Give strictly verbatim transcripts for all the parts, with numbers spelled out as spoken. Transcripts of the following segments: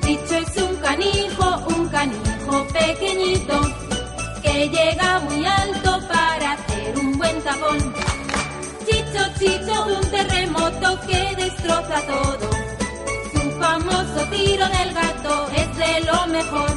Chicho es un canijo, un canijo pequeñito, que llega muy alto para hacer un buen tapón. Chicho, Chicho, un terremoto que destroza todo. Su famoso tiro del gato es de lo mejor.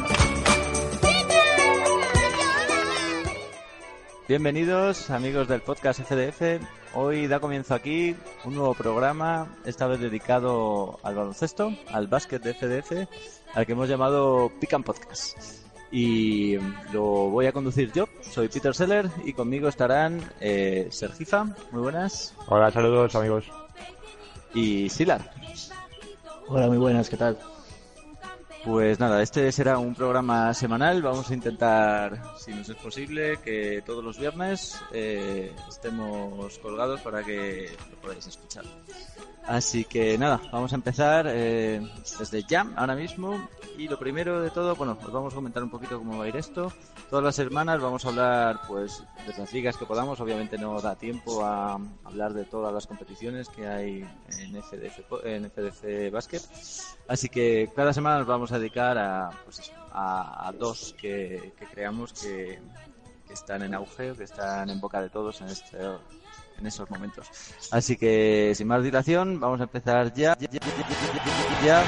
Bienvenidos amigos del podcast F D F. Hoy da comienzo aquí un nuevo programa, esta vez dedicado al baloncesto, al básquet de F D F, al que hemos llamado Pick and Podcast. Y lo voy a conducir yo, soy Peter Seller y conmigo estarán eh, Sergifa, muy buenas. Hola, saludos amigos. Y Silar. Hola, muy buenas, ¿qué tal? Pues nada, este será un programa semanal. Vamos a intentar, si nos es posible, que todos los viernes eh, estemos colgados para que lo podáis escuchar. Así que nada, vamos a empezar eh, desde ya, ahora mismo. Y lo primero de todo, bueno, os vamos a comentar un poquito cómo va a ir esto. Todas las semanas vamos a hablar pues de las ligas que podamos. Obviamente no da tiempo a hablar de todas las competiciones que hay en F D F, en F D F Basket. Así que cada semana nos vamos a dedicar a, pues eso, a, a dos que, que creamos que, que están en auge, que están en boca de todos en este en esos momentos. Así que sin más dilación, vamos a empezar ya. ya, ya, ya, ya.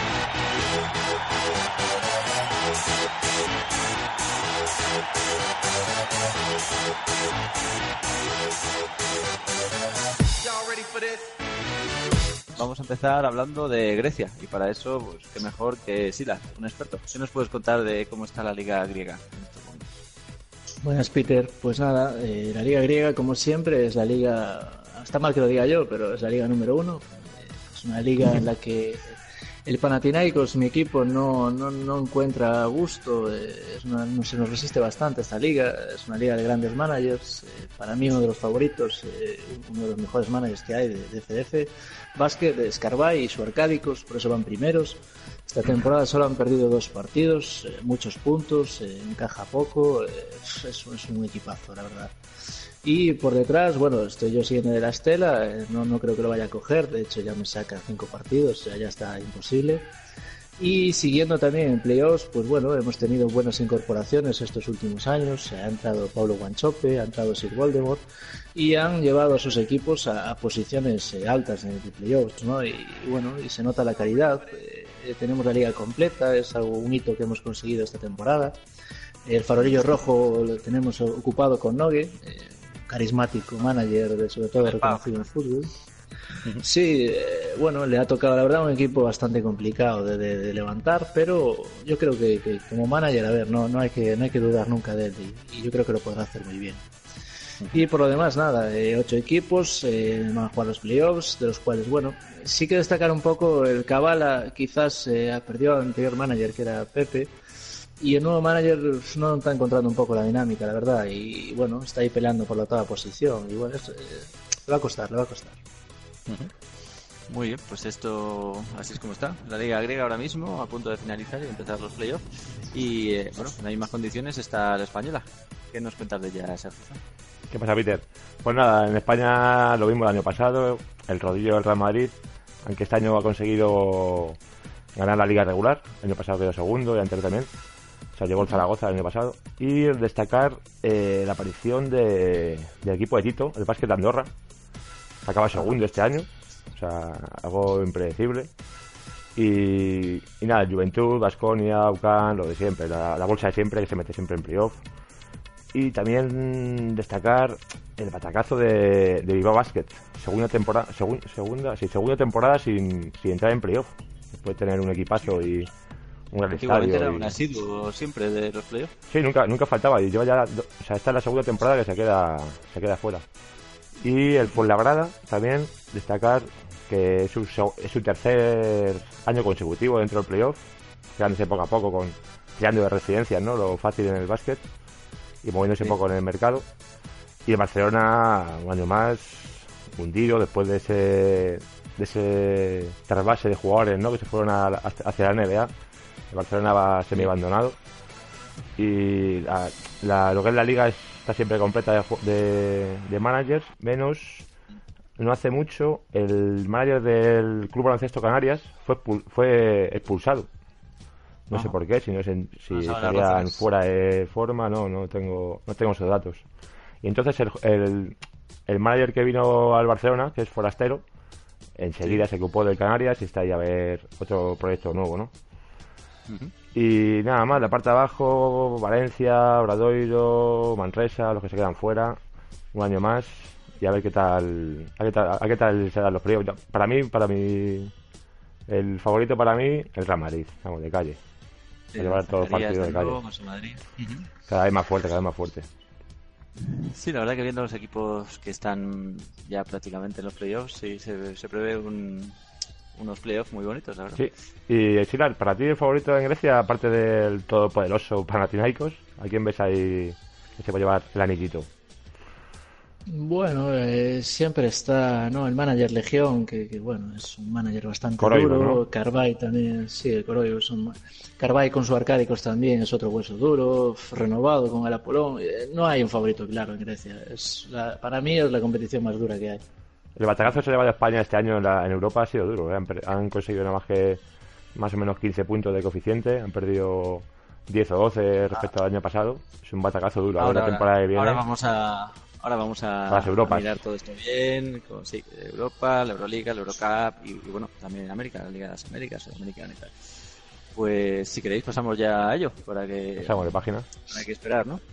Vamos a empezar hablando de Grecia y para eso, pues qué mejor que Silas, un experto. ¿Qué nos puedes contar de cómo está la liga griega en estos momentos? Buenas, Peter. Pues nada, eh, la liga griega, como siempre, es la liga, está mal que lo diga yo, pero es la liga número uno. Es una liga en la que el Panathinaikos, mi equipo, no, no, no encuentra gusto. Es una, no, se nos resiste bastante esta liga. Es una liga de grandes managers. Eh, para mí uno de los favoritos, eh, uno de los mejores managers que hay de, de F D F. Básquet, de Skarbay y su Arcádicos, por eso van primeros. Esta temporada solo han perdido dos partidos, eh, muchos puntos, eh, encaja poco. Eh, es, es un equipazo, la verdad. Y por detrás, bueno, estoy yo siguiendo de la estela, eh, no, no creo que lo vaya a coger, de hecho ya me saca cinco partidos, ya, ya está imposible. Y siguiendo también en playoffs, pues bueno, hemos tenido buenas incorporaciones estos últimos años, ha entrado Paulo Guanchope, ha entrado Sir Voldemort y han llevado a sus equipos a, a posiciones eh, altas en el playoffs, ¿no? Y, y bueno, y se nota la calidad, eh, tenemos la liga completa, es algo un hito que hemos conseguido esta temporada. El farolillo rojo lo tenemos ocupado con Nogue, eh, carismático manager, sobre todo reconocido en fútbol. Sí, eh, bueno, le ha tocado la verdad un equipo bastante complicado de, de, de levantar, pero yo creo que, que como manager, a ver, no, no hay que no hay que dudar nunca de él y, y yo creo que lo podrá hacer muy bien. Y por lo demás, nada, eh, ocho equipos eh, van a jugar los playoffs, de los cuales, bueno, sí que destacar un poco el Kabbalah, quizás eh, perdió al anterior manager que era Pepe. Y el nuevo manager no está encontrando un poco la dinámica, la verdad, y bueno, está ahí peleando por la octava posición, y bueno, esto, eh, le va a costar, le va a costar. Uh-huh. Muy bien, pues esto así es como está, la liga griega ahora mismo, a punto de finalizar y empezar los playoffs, y eh, bueno, en las mismas condiciones está la española. ¿Qué nos cuentas de ella, Sergio? ¿Qué pasa, Peter? Pues nada, en España lo vimos el año pasado, el rodillo del Real Madrid, aunque este año ha conseguido ganar la liga regular, el año pasado quedó segundo y anterior también. O sea, llegó el Zaragoza el año pasado. Y destacar eh, la aparición de, del equipo de Tito, el Básquet de Andorra. Acaba segundo este año. O sea, algo impredecible. Y, y nada, Juventud, Baskonia, Ucán, lo de siempre. La, la bolsa de siempre, que se mete siempre en playoff. Y también destacar el batacazo de, de Bilbao Basket. Segunda temporada, segun, segunda, sí, segunda temporada sin, sin entrar en playoff. Después de tener un equipazo y un gran estadio. Era y... un asiduo siempre de los playoffs. Sí, nunca, nunca faltaba. Y lleva ya, o sea, esta es la segunda temporada que se queda, se queda fuera. Y el Fuenlabrada también destacar que es su, es su tercer año consecutivo dentro del playoff, quedándose poco a poco con creando de residencias, ¿no? Lo fácil en el básquet y moviéndose sí. un poco en el mercado. Y el Barcelona un año más hundido después de ese de ese trasvase de jugadores, ¿no? Que se fueron a, a, hacia la N B A. El Barcelona va semi abandonado y la, la, lo que es la liga está siempre completa de, de, de managers, menos no hace mucho el manager del Club Baloncesto Canarias fue fue expulsado No Ajá. sé por qué, si, no es en- si No saben las estarían razones. fuera de forma, no, no tengo, no tengo esos datos. Y entonces el, el, el manager que vino al Barcelona, que es forastero, enseguida Sí. se ocupó del Canarias y está ahí a ver otro proyecto nuevo, ¿no? Ujú. Y nada más, la parte de abajo, Valencia, Obradoiro, Manresa, los que se quedan fuera, un año más, y a ver qué tal, a qué tal, a qué tal se dan los playoffs. Para mí, para mí, el favorito para mí, el Real Madrid, vamos, de calle. Sí, A llevar todos los Zacarías partidos de de calle. nuevo con su Madrid. Ujú. Cada vez más fuerte, cada vez más fuerte. Sí, la verdad que viendo los equipos que están ya prácticamente en los playoffs, sí, se, se prevé un, unos playoffs muy bonitos, la verdad. Sí, y Silar, para ti el favorito en Grecia, aparte del todopoderoso Panathinaikos, ¿a quién ves ahí que se va a llevar el anillito? Bueno, eh, siempre está, ¿no? El manager Legión, que, que, bueno, es un manager bastante Coroibos, duro. ¿no? Carvay también, sí, el Coroibos es un... Carvay con su Arcádicos también es otro hueso duro, f- renovado con el Apolón. Eh, no hay un favorito claro en Grecia. Es la- para mí es la competición más dura que hay. El batacazo que se lleva de España este año en, la- en Europa ha sido duro, ¿eh? Han, per- han conseguido nada más que más o menos quince puntos de coeficiente, han perdido diez o doce respecto al año pasado. Es un batacazo duro. A ver la temporada que viene. ahora vamos a ahora vamos a, Las Europas. a mirar todo esto bien, con, sí, Europa, la Euroliga, la Eurocup y, y bueno, también en América, la Liga de las Américas, Sudamericana y tal. Pues si queréis pasamos ya a ello, para que Pasamos de página. hay que esperar, ¿no?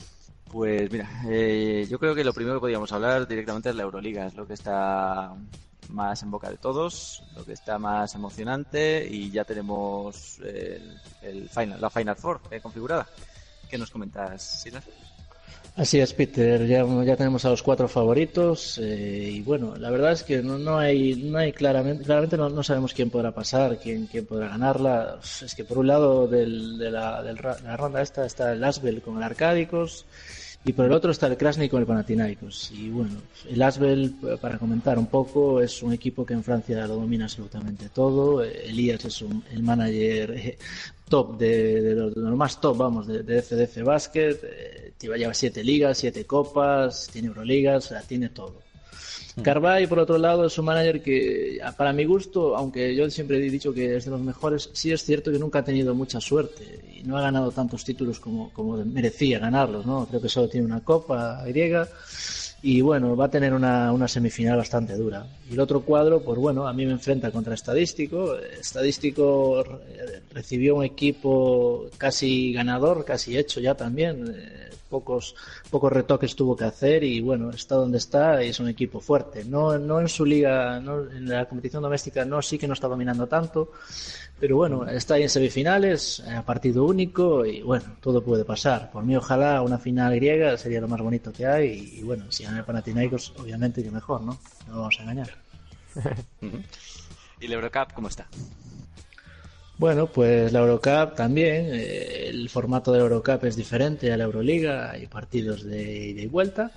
Pues mira, eh, yo creo que lo primero que podríamos hablar directamente es la Euroliga, es lo que está más en boca de todos, lo que está más emocionante y ya tenemos eh, el, el final, la Final Four eh, configurada. ¿Qué nos comentas, Silas? Así es, Peter. Ya, ya tenemos a los cuatro favoritos eh, y bueno, la verdad es que no, no hay, no hay claramente, claramente no, no sabemos quién podrá pasar, quién, quién podrá ganarla. Es que por un lado del, de, la, del ra- de la ronda esta está el Asvel con el Arcádicos y por el otro está el Krasny con el Panathinaikos. Y bueno, el Asvel, para comentar un poco, es un equipo que en Francia lo domina absolutamente todo. Elías es un, el manager eh, top de, de, los, de los más top, vamos, de, de F D F Basket. Eh, lleva siete ligas, siete copas, tiene Euroligas, o sea, tiene todo. Carvay, por otro lado, es un manager que, para mi gusto, aunque yo siempre he dicho que es de los mejores, sí es cierto que nunca ha tenido mucha suerte y no ha ganado tantos títulos como, como merecía ganarlos, ¿no? Creo que solo tiene una copa griega y, bueno, va a tener una, una semifinal bastante dura. Y el otro cuadro, pues bueno, a mí me enfrenta contra Estadístico. Estadístico recibió un equipo casi ganador, casi hecho ya también. Eh, pocos pocos retoques tuvo que hacer y bueno, está donde está y es un equipo fuerte. No no en su liga, no, en la competición doméstica no, sí que no está dominando tanto, pero bueno, está ahí en semifinales, a partido único y bueno, todo puede pasar. Por mí ojalá una final griega sería lo más bonito que hay y, y bueno, si gana el Panathinaikos obviamente que mejor, ¿no? No lo vamos a engañar. ¿Y la Eurocup cómo está? Bueno, pues la Eurocup también, eh, el formato de la Eurocup es diferente a la Euroliga, hay partidos de ida y vuelta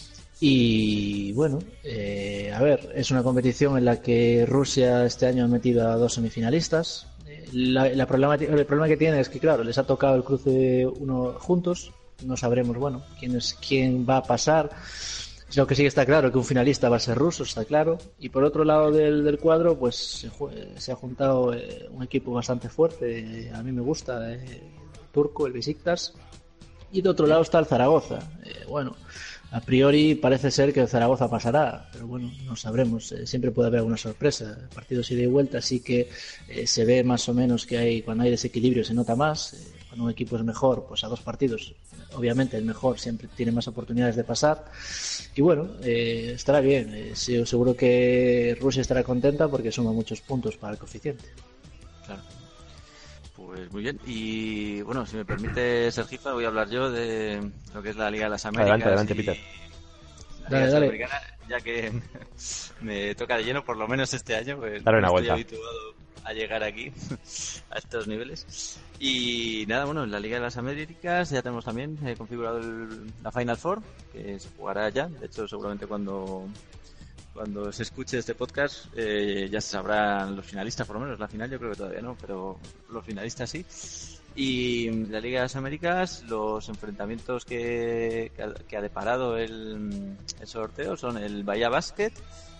y bueno, eh, a ver, es una competición en la que Rusia este año ha metido a dos semifinalistas. Eh, la, la problemática, el problema que tiene es que claro, les ha tocado el cruce uno juntos, no sabremos, bueno, quién es quién va a pasar. Lo que sí que está claro que un finalista va a ser ruso, está claro. Y por otro lado del, del cuadro, pues se, se ha juntado eh, un equipo bastante fuerte. Eh, a mí me gusta, eh, turco, el Besiktas. Y de otro lado está el Zaragoza. Eh, bueno, a priori parece ser que el Zaragoza pasará, pero bueno, no sabremos. Eh, siempre puede haber alguna sorpresa. Partidos ida y vuelta, así que eh, se ve más o menos que hay cuando hay desequilibrio se nota más. Eh, cuando un equipo es mejor, pues a dos partidos, obviamente el mejor siempre tiene más oportunidades de pasar. Y bueno, eh, estará bien. Eh, sí, seguro que Rusia estará contenta porque suma muchos puntos para el coeficiente. Claro. Pues muy bien. Y bueno, si me permite, Sergifa, voy a hablar yo de lo que es la Liga de las Américas. Adelante, adelante, y... Peter. La Dale, Liga dale. Sudamericana, ya que me toca de lleno, por lo menos este año, pues Dale una no vuelta. estoy habituado a llegar aquí, a estos niveles. Y nada, bueno, en la Liga de las Américas ya tenemos también eh, configurado el- la Final Four, que se jugará ya. De hecho, seguramente cuando cuando se escuche este podcast eh, ya se sabrán los finalistas, por lo menos la final yo creo que todavía no, pero los finalistas sí. Y en la Liga de las Américas, los enfrentamientos que, que, ha, que ha deparado el, el sorteo son el Bahía Basket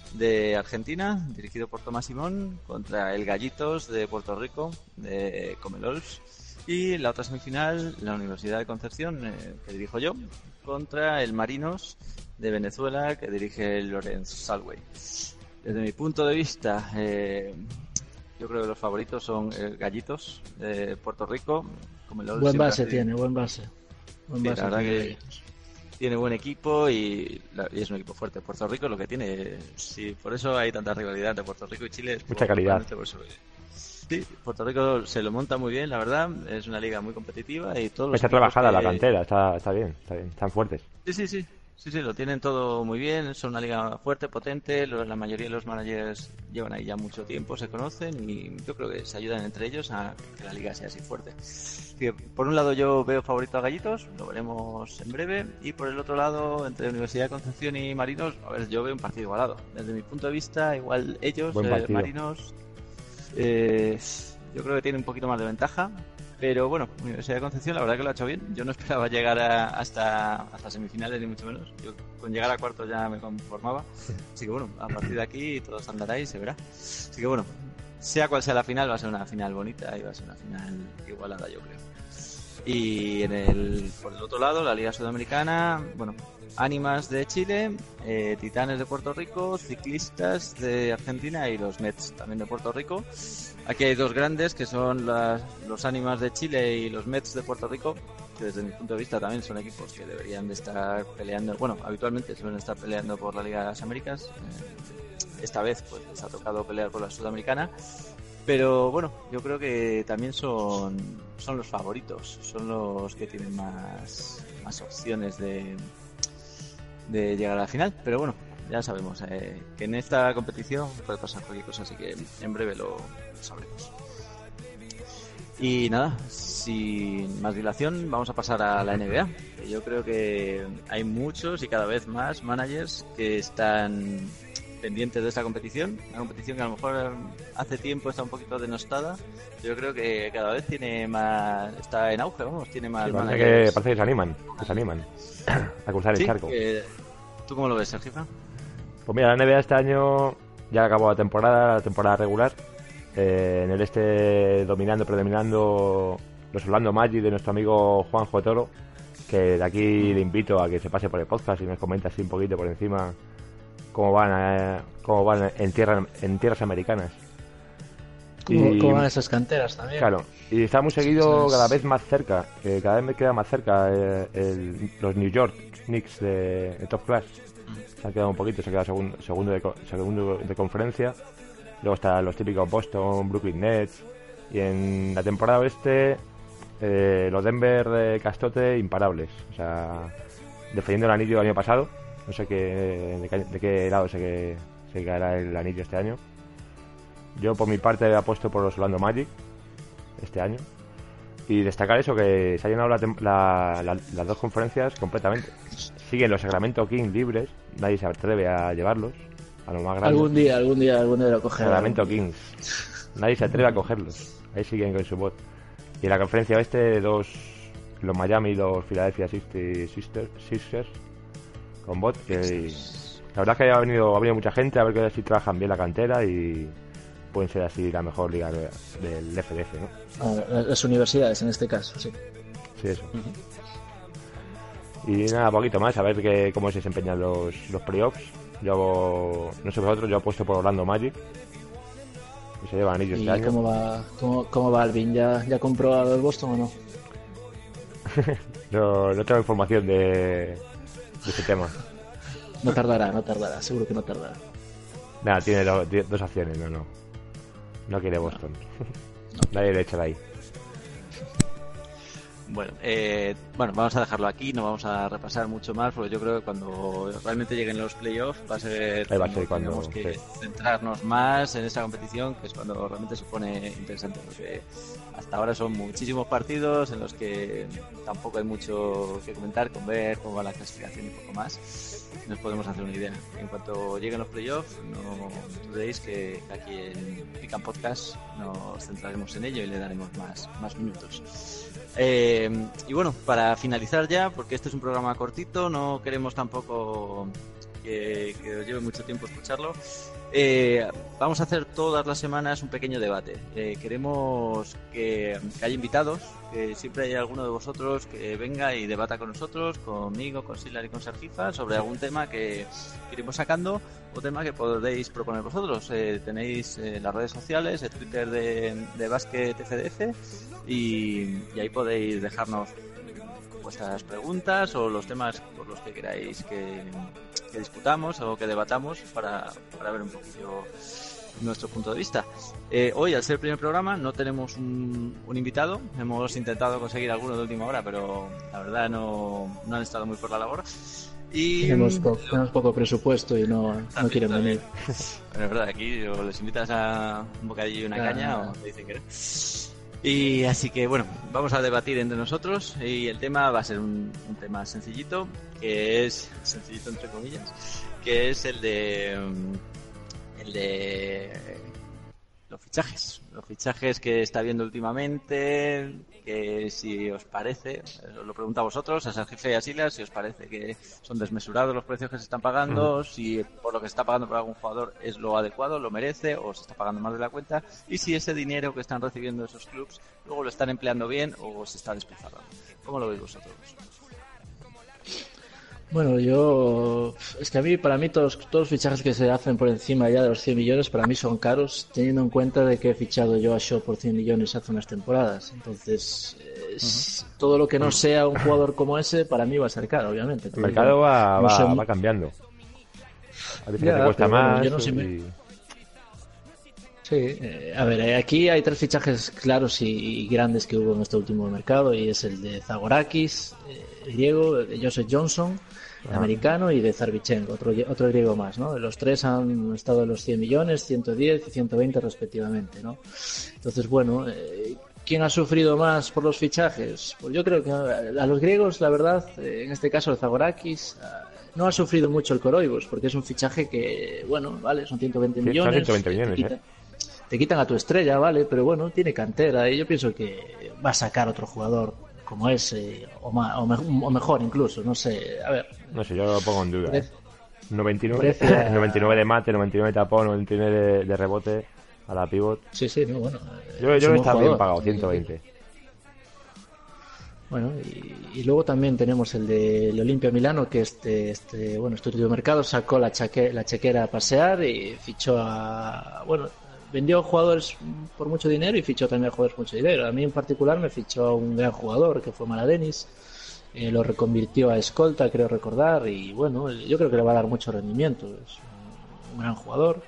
de Argentina, dirigido por Tomás Simón, contra el Gallitos de Puerto Rico, de Comelols. Y la otra semifinal, la Universidad de Concepción, eh, que dirijo yo, contra el Marinos de Venezuela, que dirige Lorenz Salway. Desde mi punto de vista, eh, yo creo que los favoritos son eh, Gallitos de Puerto Rico. Comelols buen base hace... tiene, buen base. Buen sí, base la verdad tiene que Gallitos. Tiene buen equipo y, la, y es un equipo fuerte. Puerto Rico lo que tiene, sí, por eso hay tanta rivalidad entre Puerto Rico y Chile. Mucha calidad. Por eso, sí, Puerto Rico se lo monta muy bien, la verdad. Es una liga muy competitiva y todos los Está trabajada que... la cantera, está, está bien, está bien, están fuertes. Sí, sí, sí. Sí, sí, lo tienen todo muy bien, son una liga fuerte, potente, la mayoría de los managers llevan ahí ya mucho tiempo, se conocen y yo creo que se ayudan entre ellos a que la liga sea así fuerte. Que por un lado yo veo favorito a Gallitos, lo veremos en breve, y por el otro lado, entre Universidad de Concepción y Marinos, a ver, yo veo un partido igualado. Desde mi punto de vista, igual ellos, eh, Marinos, eh, yo creo que tienen un poquito más de ventaja. Pero bueno, Universidad de Concepción la verdad que lo ha hecho bien. Yo no esperaba llegar a, hasta, hasta semifinales ni mucho menos. Yo con llegar a cuartos ya me conformaba. Así que bueno, a partir de aquí todo se andará y se verá. Así que bueno, sea cual sea la final, va a ser una final bonita y va a ser una final igualada, yo creo. Y en el, por el otro lado, la Liga Sudamericana, bueno, Ánimas de Chile, eh, Titanes de Puerto Rico, Ciclistas de Argentina y los Mets también de Puerto Rico. Aquí hay dos grandes que son las, los Ánimas de Chile y los Mets de Puerto Rico, que desde mi punto de vista también son equipos que deberían de estar peleando, bueno, habitualmente suelen estar peleando por la Liga de las Américas. Eh, esta vez pues les ha tocado pelear por la Sudamericana. Pero bueno, yo creo que también son, son los favoritos, son los que tienen más, más opciones de, de llegar a la final. Pero bueno, ya sabemos eh, que en esta competición puede pasar cualquier cosa, así que en breve lo, lo sabremos. Y nada, sin más dilación, vamos a pasar a la N B A. Yo creo que hay muchos y cada vez más managers que están pendientes de esta competición, una competición que a lo mejor hace tiempo está un poquito denostada. Yo creo que cada vez tiene más, está en auge, vamos, tiene más sí, parece, managers. que, parece que se animan, que se animan a cruzar el ¿Sí? charco. Eh, ¿Tú cómo lo ves, Sergio? Pues mira, la N B A este año ya acabó la temporada, la temporada regular. Eh, en el este dominando, predominando los Orlando Magic de nuestro amigo Juanjo Toro, que de aquí le invito a que se pase por el podcast y nos comente así un poquito por encima cómo van a, cómo van en tierra, en tierras americanas. ¿Cómo, y, cómo van esas canteras también? Claro, y está muy seguido, sí, cada vez más cerca, eh, cada vez me queda más cerca eh, el, los New York Knicks de, de Top Class. Se ha quedado un poquito, se ha quedado segundo, segundo, de, segundo de conferencia. Luego están los típicos Boston, Brooklyn Nets. Y en la temporada oeste, eh, los Denver de Castote imparables. O sea, defendiendo el anillo del año pasado. No sé qué, de, qué, de qué lado se, que, se caerá el anillo este año. Yo por mi parte he apuesto por los Orlando Magic este año. Y destacar eso, que se ha llenado la, la, la, las dos conferencias completamente. Siguen los Sacramento Kings libres, nadie se atreve a llevarlos a lo más grande. Algún día, algún día, algún día lo cogerán. Sacramento Kings, nadie se atreve a cogerlos. Ahí siguen con su voz. Y en la conferencia oeste, dos, los Miami y los Philadelphia Sixers con bot. Que, y, la verdad es que ha venido, ha venido mucha gente a ver que si trabajan bien la cantera y pueden ser así la mejor liga de, del F D F, ¿no? Ah, las universidades en este caso, sí. Sí, eso. Uh-huh. Y nada, poquito más, a ver que, cómo se desempeñan los, los playoffs. Yo, no sé vosotros, yo apuesto por Orlando Magic. Que se llevan anillos este ¿Y año. cómo va, cómo, cómo va Alvin? ¿Ya, ya compró el Boston o no? no, no tengo información de, de ese tema. No tardará, no tardará, seguro que no tardará. Nada, tiene do, dos acciones, no, no. No quiere Boston. No. Nadie le echa de ahí. Bueno, eh, bueno, vamos a dejarlo aquí, no vamos a repasar mucho más, porque yo creo que cuando realmente lleguen los playoffs va a ser, Ahí va a ser cuando tenemos que sí. centrarnos más en esa competición, que es cuando realmente se pone interesante, porque hasta ahora son muchísimos partidos en los que tampoco hay mucho que comentar, con ver cómo va la clasificación y poco más. Nos podemos hacer una idea. En cuanto lleguen los playoffs, no dudéis que aquí en Pican Podcast nos centraremos en ello y le daremos más, más minutos. Eh, y bueno, para finalizar ya, porque este es un programa cortito, no queremos tampoco que, que os lleve mucho tiempo escucharlo. Eh, vamos a hacer todas las semanas un pequeño debate. Eh, queremos que, que haya invitados, que siempre haya alguno de vosotros que venga y debata con nosotros, conmigo, con Silar y con Sergifa, sobre algún tema que, que iremos sacando o tema que podéis proponer vosotros. Eh, tenéis eh, las redes sociales, el Twitter de, de Basket F D F y, y ahí podéis dejarnos vuestras preguntas o los temas por los que queráis que, que discutamos o que debatamos para, para ver un poquillo nuestro punto de vista. Eh, hoy, al ser el primer programa, no tenemos un, un invitado. Hemos intentado conseguir alguno de última hora, pero la verdad no, no han estado muy por la labor. Y tenemos, po- tenemos poco presupuesto y no, no quieren venir. Bueno, es verdad, aquí o les invitas a un bocadillo y una Ah. caña o te dicen que no. Y así que bueno, vamos a debatir entre nosotros y el tema va a ser un, un tema sencillito, que es, sencillito entre comillas, que es el de el de los fichajes, los fichajes que está viendo últimamente, que si os parece, os lo pregunto a vosotros, a Sergife y a Silas, si os parece que son desmesurados los precios que se están pagando, uh-huh. si por lo que se está pagando por algún jugador es lo adecuado, lo merece, o se está pagando más de la cuenta, y si ese dinero que están recibiendo esos clubs luego lo están empleando bien o se está despilfarrando. ¿Cómo lo veis vosotros? Bueno, yo... Es que a mí, para mí, todos, todos los fichajes que se hacen por encima ya de los cien millones, para mí son caros, teniendo en cuenta de que he fichado yo a Shaw por cien millones hace unas temporadas. Entonces, es, uh-huh. todo lo que no sea un jugador como ese, para mí va a ser caro, obviamente. El mercado va, no va, sé... va cambiando. A veces ya, te cuesta más. Bueno, yo no sé y... me... Sí, eh, a ver, aquí hay tres fichajes claros y, y grandes que hubo en este último mercado, y es el de Zagorakis, eh, el griego, el de Joseph Johnson, el ah. americano, y de Zarvichenko, otro, otro griego más, ¿no? Los tres han estado en los cien millones, ciento diez y ciento veinte respectivamente, ¿no? Entonces, bueno, eh, ¿quién ha sufrido más por los fichajes? Pues yo creo que a los griegos, la verdad, eh, en este caso el Zagorakis, no ha sufrido mucho el Koroibos, porque es un fichaje que, bueno, vale, son ciento veinte sí, millones. Son ciento veinte millones, ¿eh? Te quitan a tu estrella, vale, pero bueno, tiene cantera y yo pienso que va a sacar otro jugador como ese, o, más, o, me, o mejor incluso, no sé, a ver. No sé, yo lo pongo en duda. Parece, noventa y nueve, a... noventa y nueve de mate, noventa y nueve de tapón, noventa y nueve de, de rebote a la pivot. Sí, sí, no, bueno. Yo, yo está bien pagado, ciento veinte. Bueno, y, y luego también tenemos el de el Olimpia Milano, que este, este bueno, este último mercado sacó la, chaque, la chequera a pasear y fichó a, bueno, vendió jugadores por mucho dinero y fichó también a jugadores por mucho dinero. A mí en particular me fichó a un gran jugador que fue Maladenis, eh, lo reconvirtió a escolta, creo recordar, y bueno, yo creo que le va a dar mucho rendimiento. Es un, un gran jugador.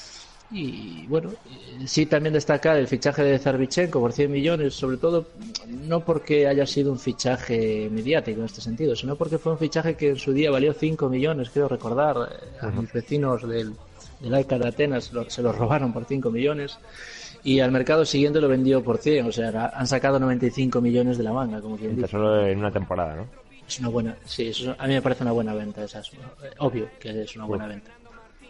Y bueno, sí también destacar el fichaje de Zarvichenko por cien millones, sobre todo no porque haya sido un fichaje mediático en este sentido, sino porque fue un fichaje que en su día valió cinco millones, creo recordar, a mis vecinos del del Alca de Atenas lo, se lo robaron por cinco millones y al mercado siguiente lo vendió por cien, o sea, han sacado noventa y cinco millones de la manga, como quien dice. Solo en una temporada, ¿no? Es una buena, sí, eso, a mí me parece una buena venta, esa es, obvio que es una buena uh. venta.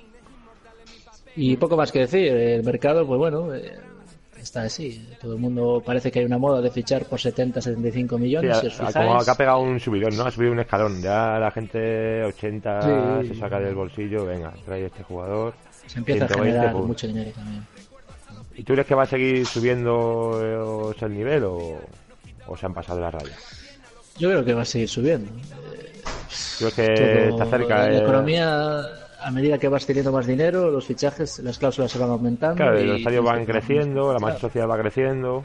Y poco más que decir, el mercado, pues bueno, eh, está así, todo el mundo parece que hay una moda de fichar por setenta, setenta y cinco millones. Sí, si os fijáis, como que ha pegado un subidón, ¿no? Ha subido un escalón, ya la gente ochenta sí. se saca del bolsillo, venga, trae este jugador. Se empieza a generar pues. mucho dinero también. ¿Y tú crees que va a seguir subiendo el nivel o, o se han pasado de la raya? Yo creo que va a seguir subiendo. Creo que está cerca. La eh... economía, a medida que vas teniendo más dinero, los fichajes, las cláusulas se van aumentando. Claro, y los estadios van creciendo, la masa social va creciendo.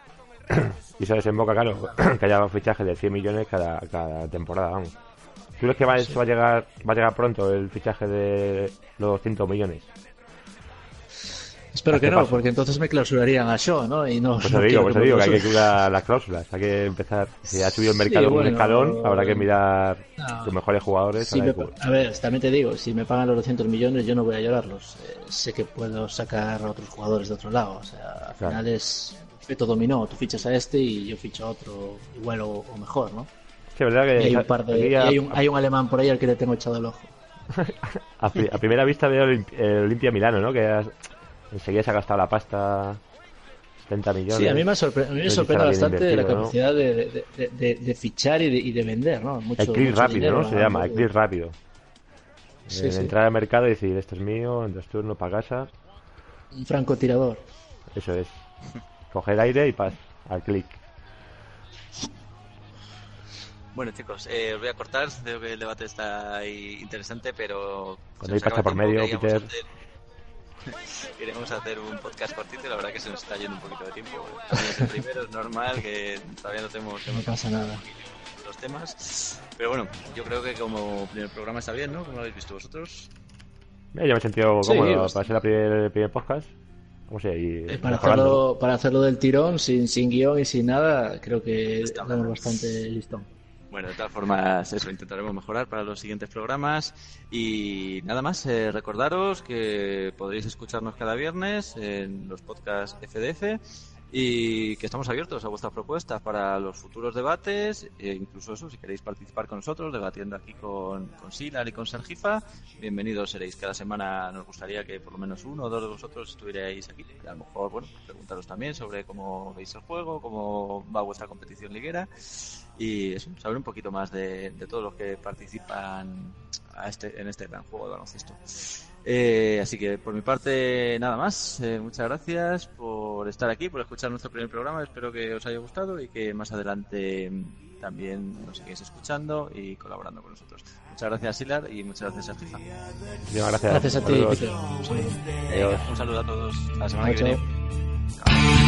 Y eso desemboca, claro, que haya fichajes de cien millones cada, cada temporada, vamos. ¿Tú crees que va, sí. va a llegar va a llegar pronto el fichaje de los doscientos millones? Espero que no, paso? Porque entonces me clausurarían a Shaw, ¿no? Y no, pues no te digo, pues te digo que hay que cuidar las las cláusulas, hay que empezar. Si ha subido el mercado sí, bueno, un escalón, habrá que mirar no, los mejores jugadores. Si me, a ver, también te digo, si me pagan los doscientos millones, yo no voy a llorarlos. Eh, sé que puedo sacar a otros jugadores de otro lado. O sea, al claro. final es efecto dominó. Tú fichas a este y yo ficho a otro igual o, o mejor, ¿no? Sí, verdad que y hay un par de, ya... y hay, un, hay un alemán por ahí al que le tengo echado el ojo. a, pri- a primera vista veo el, el Olimpia Milano, ¿no? Que has, enseguida se ha gastado la pasta, setenta millones. Sí, a mí me, sorpre- a mí me sorprende bastante la capacidad, ¿no?, de, de, de, de, de fichar y de, y de vender, ¿no? Mucho, el clic rápido, dinero, ¿no? Se llama, el clic rápido. Sí, eh, sí. Entrar al mercado y decir, esto es mío, en dos turnos para casa. Un francotirador. Eso es. Coger aire y paz, al clic. Bueno, chicos, eh, os voy a cortar. Creo que el debate está ahí interesante, pero... Cuando hay pasta por medio, Peter... Queremos hacer un podcast cortito y la verdad que se nos está yendo un poquito de tiempo. Es el primero, es normal que todavía no tenemos... No pasa nada. Los temas. Pero bueno, yo creo que como primer programa está bien, ¿no? ¿Cómo lo habéis visto vosotros? Eh, yo me he sentido Sí, cómodo bastante. para ser la primer, el primer podcast. ¿Cómo se y Eh, Para mejorando. hacerlo, para hacerlo del tirón, sin, sin guión y sin nada, creo que Está estamos bueno. bastante listón. Bueno, de todas formas, eso, intentaremos mejorar para los siguientes programas. Y nada más, eh, recordaros que podréis escucharnos cada viernes en los podcasts F D F y que estamos abiertos a vuestras propuestas para los futuros debates, e incluso eso, si queréis participar con nosotros, debatiendo aquí con, con Silar y con Sergifa, bienvenidos seréis. Cada semana nos gustaría que por lo menos uno o dos de vosotros estuvierais aquí. Y a lo mejor, bueno, preguntaros también sobre cómo veis el juego, cómo va vuestra competición liguera y eso, saber un poquito más de, de todos los que participan a este, en este gran juego de baloncesto. Eh, así que por mi parte nada más. Eh, muchas gracias por estar aquí, por escuchar nuestro primer programa. Espero que os haya gustado y que más adelante también nos sigáis escuchando y colaborando con nosotros. Muchas gracias, Silar, y muchas gracias, Sergifa. Muchísimas gracias. Gracias a ti, Saludos. Peter. Sí. Adiós. Un saludo a todos. Hasta la semana Chao, que viene. chao. Chao.